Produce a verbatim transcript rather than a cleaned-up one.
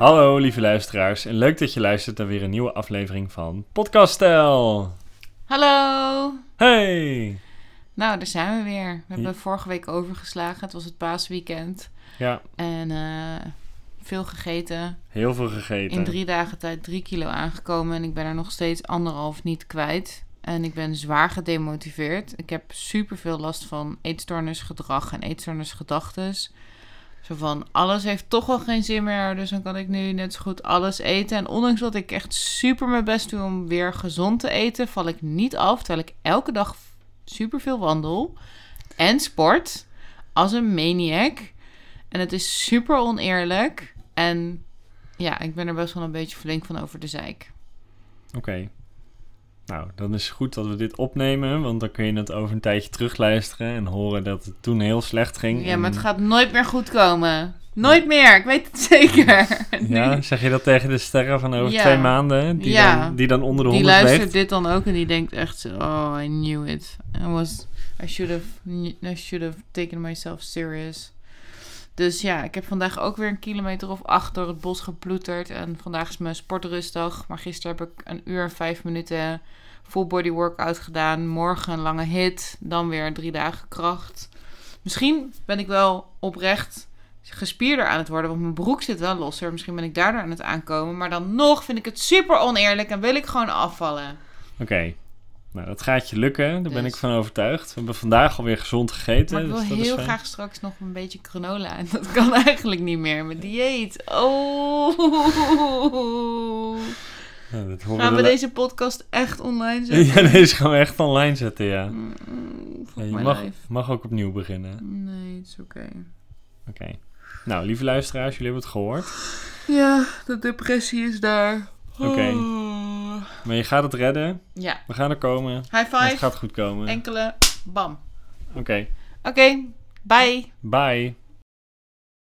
Hallo lieve luisteraars en leuk dat je luistert naar weer een nieuwe aflevering van Podcaststijl. Hallo! Hey! Nou, daar zijn we weer. We hebben Ja. vorige week overgeslagen. Het was het paasweekend. Ja, En uh, veel gegeten. heel veel gegeten. In drie dagen tijd drie kilo aangekomen. En ik ben er nog steeds anderhalf niet kwijt. En ik ben zwaar gedemotiveerd. Ik heb super veel last van eetstoornisgedrag en eetstoornisgedachtes. Zo van, alles heeft toch wel geen zin meer. Dus dan kan ik nu net zo goed alles eten. En ondanks dat ik echt super mijn best doe om weer gezond te eten, val ik niet af. Terwijl ik elke dag super veel wandel. En sport. Als een maniac. En het is super oneerlijk. En ja, ik ben er best wel een beetje flink van over de zeik. Oké. Okay. Nou, dan is het goed dat we dit opnemen, want dan kun je het over een tijdje terugluisteren en horen dat het toen heel slecht ging. Ja, en... maar het gaat nooit meer goed komen. Nooit meer, ik weet het zeker. Ja, nu... zeg je dat tegen de sterren van over ja. twee maanden, die, ja. dan, die dan onder de die honderd luistert weegt? dit dan ook en die denkt echt zo, oh, I knew it. I was, I should have, I should have taken myself serious. Dus ja, ik heb vandaag ook weer een kilometer of acht door het bos geploeterd. En vandaag is mijn sportrustdag. Maar gisteren heb ik een uur en vijf minuten full body workout gedaan. Morgen een lange hit. Dan weer drie dagen kracht. Misschien ben ik wel oprecht gespierder aan het worden. Want mijn broek zit wel losser. Misschien ben ik daardoor aan het aankomen. Maar dan nog vind ik het super oneerlijk. En wil ik gewoon afvallen. Oké. Okay. Nou, dat gaat je lukken. Daar dus. ben ik van overtuigd. We hebben vandaag alweer gezond gegeten. Maar ik wil dus heel graag straks nog een beetje granola. En dat kan eigenlijk niet meer. Mijn dieet. Oh. Ja, dat gaan we de... deze podcast echt online zetten? Ja, deze gaan we echt online zetten, ja. Mm, ja je mag, mag ook opnieuw beginnen. Nee, het is oké. Okay. Oké. Okay. Nou, lieve luisteraars, jullie hebben het gehoord. Ja, de depressie is daar. Oké. Okay. Maar je gaat het redden. Ja. We gaan er komen. High five. Het gaat goed komen. Enkele bam. Oké. Okay. Oké, okay, bye. Bye.